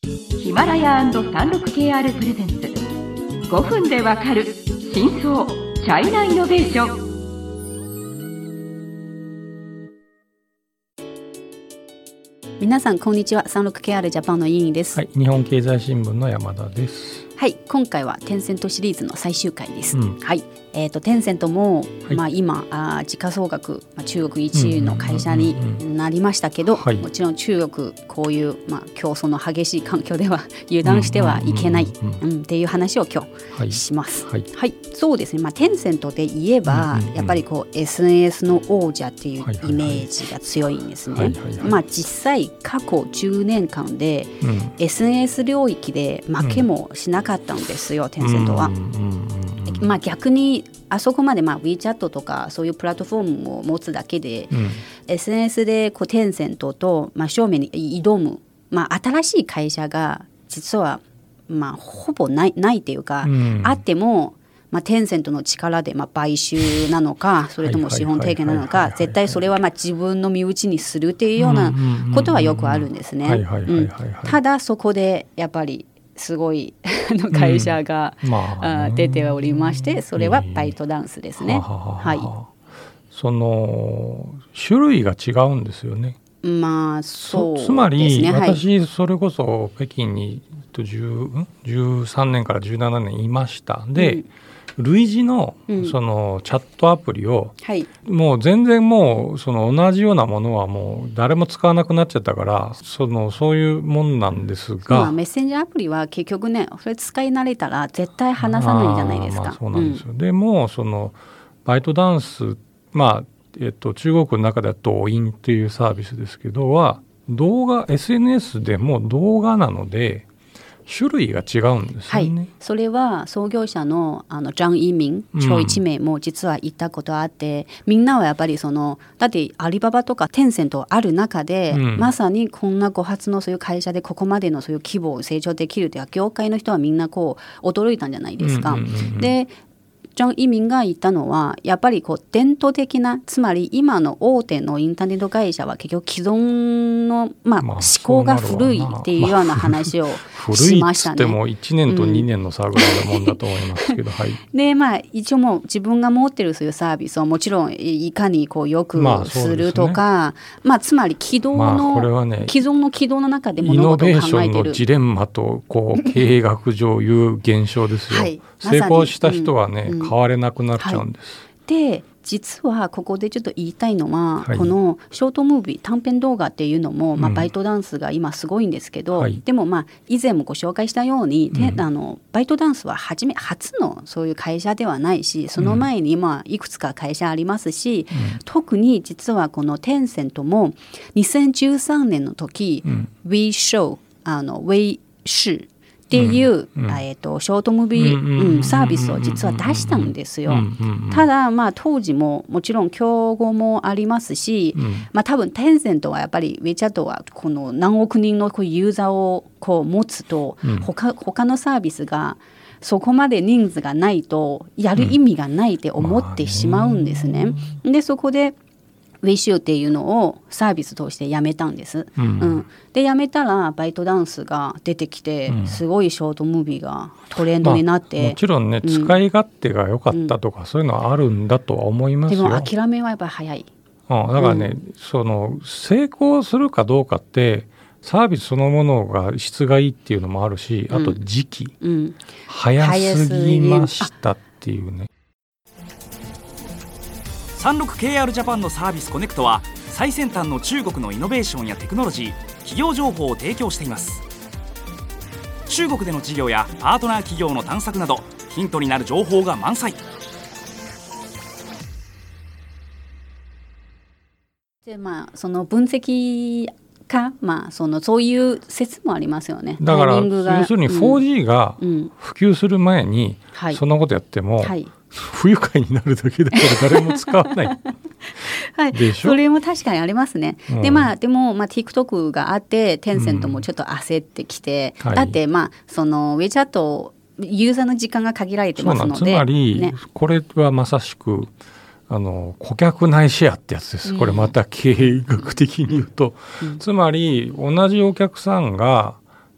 ヒマラヤ &36KR プレゼンツ5分でわかる真相チャイナイノベーション。 皆さんこんにちは。 36KR ジャパンの委員です。 はい、日本経済新聞の山田です。 はい、今回はテンセントシリーズの最終回です。はい、テンセントも、今時価総額、中国1位の会社になりましたけど、もちろん中国こういう、競争の激しい環境では油断してはいけないっていう話を今日します。はい、そうですね。テンセントで言えば、やっぱりこう SNS の王者っていうイメージが強いんですね。実際過去10年間で、SNS 領域で負けもしなかったんですよ、テンセントは。逆にあそこまでWeChat とかそういうプラットフォームを持つだけで、SNS でこうテンセントと正面に挑む、新しい会社が実はほぼないっていうか、あってもテンセントの力で買収なのか、それとも資本提携なのか、絶対それは自分の身内にするっていうようなことはよくあるんですね。ただそこでやっぱりすごい会社が、出ておりまして、それはバイトダンスですね。 その種類が違うんですよね。 そうですね。 つまり私それこそ北京に13年から17年いました。で、類似のそのチャットアプリを、もう全然もうその同じようなものはもう誰も使わなくなっちゃったから、そういうもんなんですが、 メッセンジャーアプリは結局ね、それ使い慣れたら絶対話さないじゃないですか。 そうなんですよ。でもそのバイトダンス、中国の中では抖音っていうサービスですけどは、SNS でも動画なので種類が違うんですよね。 それは創業者のジャン・イーミン張一鳴も実は言ったことあって、みんなはやっぱりだってアリババとかテンセントある中で、まさにこんな5発のそういう会社でここまでのそういう規模を成長できるという業界の人はみんなこう驚いたんじゃないですか。でジャン・イーミンが言ったのは、やっぱりこう伝統的な、つまり今の大手のインターネット会社は結局既存の、思考が古いっていうような話をしましたね。 古いっても1年と2年の差ぐらいのもんだと思いますけど、 で一応もう自分が持ってるそういうサービスをもちろんいかにこうよくするとか、つまり既存の軌道の中で物事を考えているイノベーションのジレンマとこう経営学上いう現象ですよ。成功した人はね、変われなくなっちゃうんです。 で実はここでちょっと言いたいのは、このショートムービー短編動画っていうのも、バイトダンスが今すごいんですけど、でも以前もご紹介したように、バイトダンスは初のそういう会社ではないし、その前にいくつか会社ありますし、特に実はこのテンセントも2013年の時、WeShow っていう、ショートムービー、サービスを実は出したんですよ。ただ当時ももちろん競合もありますし、多分テンセントはやっぱり WeChat はこの何億人のユーザーをこう持つと、他のサービスがそこまで人数がないとやる意味がないって思ってしまうんですね。でそこでWeShowっていうのをサービスとしてやめたんです。でやめたらバイトダンスが出てきて、すごいショートムービーがトレンドになって、 もちろんね、使い勝手が良かったとか、そういうのはあるんだとは思いますよ。 でも諦めはやっぱり早い。 だからね、その成功するかどうかってサービスそのものが質がいいっていうのもあるし、あと時期、早すぎましたっていうね。 36KR ジャパンのサービスコネクトは、最先端の中国のイノベーションやテクノロジー、企業情報を提供しています。中国での事業やパートナー企業の探索など、ヒントになる情報が満載。 でその分析か、そういう説もありますよね。 だから要するに 4G が普及する前にそんなことやっても、不愉快になるだけだから誰も使わないでしょ。 それも確かにありますね。でもTikTok があってテンセントもちょっと焦ってきて、だってその WeChat ユーザーの時間が限られてますので、 つまり、これはまさしく顧客内シェアってやつです。これまた経営学的に言うと、つまり同じお客さんが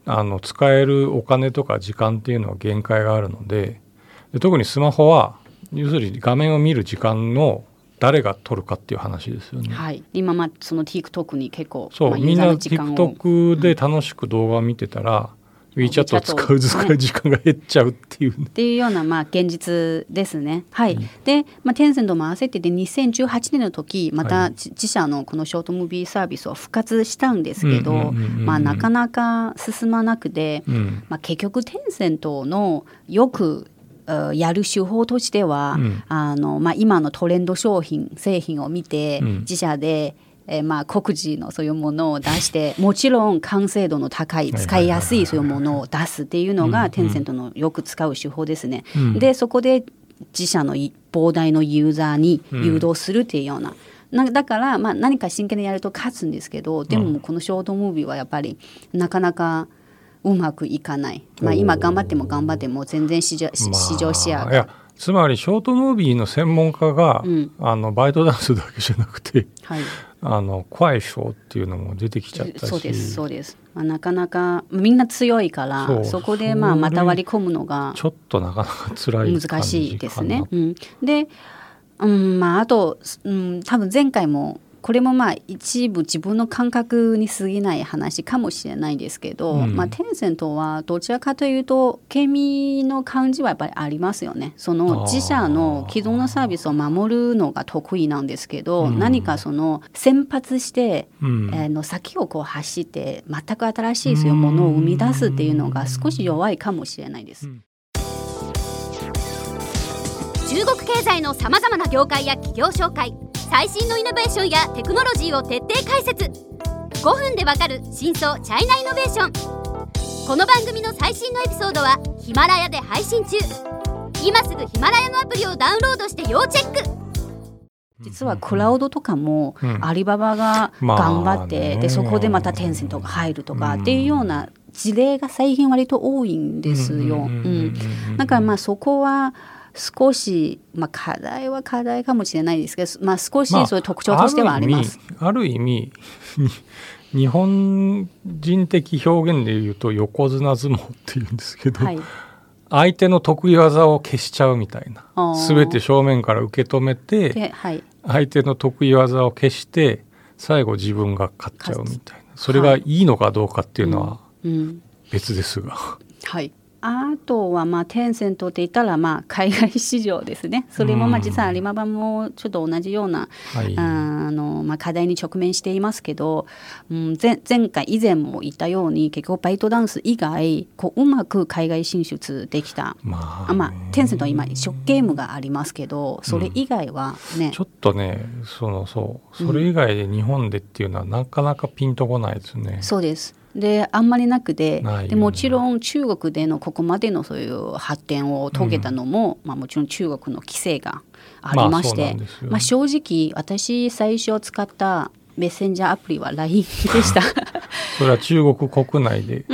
使えるお金とか時間っていうのは限界があるので、特にスマホは要するに画面を見る時間の誰が取るかっていう話ですよね。 はい、今その TikTok に結構そう、みんな TikTok で楽しく動画を見てたら、WeChat を使う時間が減っちゃうっていう、 っていうような現実ですね。はい、で、テンセントも合わせてで2018年の時また自社のこのショートムービーサービスを復活したんですけど、なかなか進まなくて、結局テンセントのよくやる手法としては、今のトレンド製品を見て、自社で国自のそういうものを出してもちろん完成度の高い使いやすいそういうものを出すっていうのがテンセントのよく使う手法ですね。でそこで自社の膨大のユーザーに誘導するっていうような、だから何か真剣にやると勝つんですけど、でもこのショートムービーはやっぱりなかなかうまくいかない。今頑張っても全然市場シェアが、 つまりショートムービーの専門家が、バイトダンスだけじゃなくて、怖いショーっていうのも出てきちゃったし、 そうです、なかなかみんな強いから、そこでまた割り込むのがちょっとなかなか辛い感じかな。 難しいですね。で、あと、多分前回もこれも一部自分の感覚に過ぎない話かもしれないですけど、テンセントはどちらかというとケミの感じはやっぱりありますよね。その自社の既存のサービスを守るのが得意なんですけど、何かその先発して、先を走って全く新しいそういうものを生み出すっていうのが少し弱いかもしれないです。 中国経済のさまざまな業界や企業紹介、最新のイノベーションやテクノロジーを徹底解説。5分でわかる真相チャイナイノベーション。この番組の最新のエピソードはヒマラヤで配信中。今すぐヒマラヤのアプリをダウンロードして要チェック。 実はクラウドとかもアリババが頑張って、でそこでまたテンセントが入るとかっていうような事例が最近割と多いんですよ。だからそこは少し、課題は課題かもしれないですけど、少しそういう特徴としてはあります。 ある意味日本人的表現でいうと横綱相撲っていうんですけど、相手の得意技を消しちゃうみたいな、全て正面から受け止めて、相手の得意技を消して最後自分が勝っちゃうみたいな、それがいいのかどうかっていうのは別ですが、 あとはテンセントって言ったら海外市場ですね。それも実はアリババもちょっと同じような、課題に直面していますけど、以前も言ったように結構バイトダンス以外うまく海外進出できた、テンセントは今ショッゲームがありますけど、それ以外はね、 ちょっとねそれ以外で日本でっていうのはなかなかピンとこないですね。 そうです。であんまりなくて、でもちろん中国でのここまでのそういう発展を遂げたのも、もちろん中国の規制がありまして、正直私最初使ったメッセンジャーアプリは LINE でしたそれは中国国内で、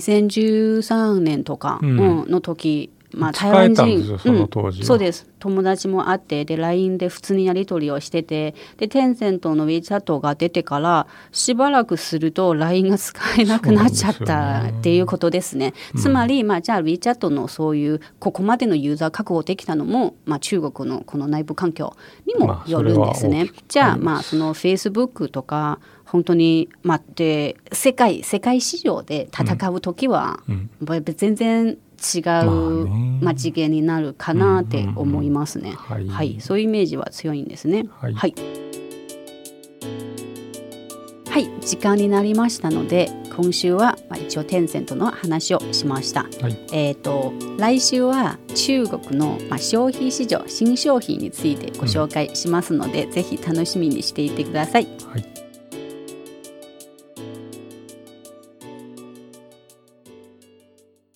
2013年とか、の時、 台湾人、その当時は、 そうです。友達もあって、で LINE で普通にやり取りをしてて、でテンセントの WeChat が出てからしばらくすると LINE が使えなくなっちゃったっていうことですね。つまり、じゃあ WeChat のそういうここまでのユーザー確保できたのも、中国のこの内部環境にもよるんですね。じゃあその Facebook とか本当にで世界市場で戦う時は、全然違う次元になるかなって思いますね。そういうイメージは強いんですね。時間になりましたので、今週は一応テンセントの話をしました。来週は中国の消費市場、新商品についてご紹介しますので、ぜひ楽しみにしていてください。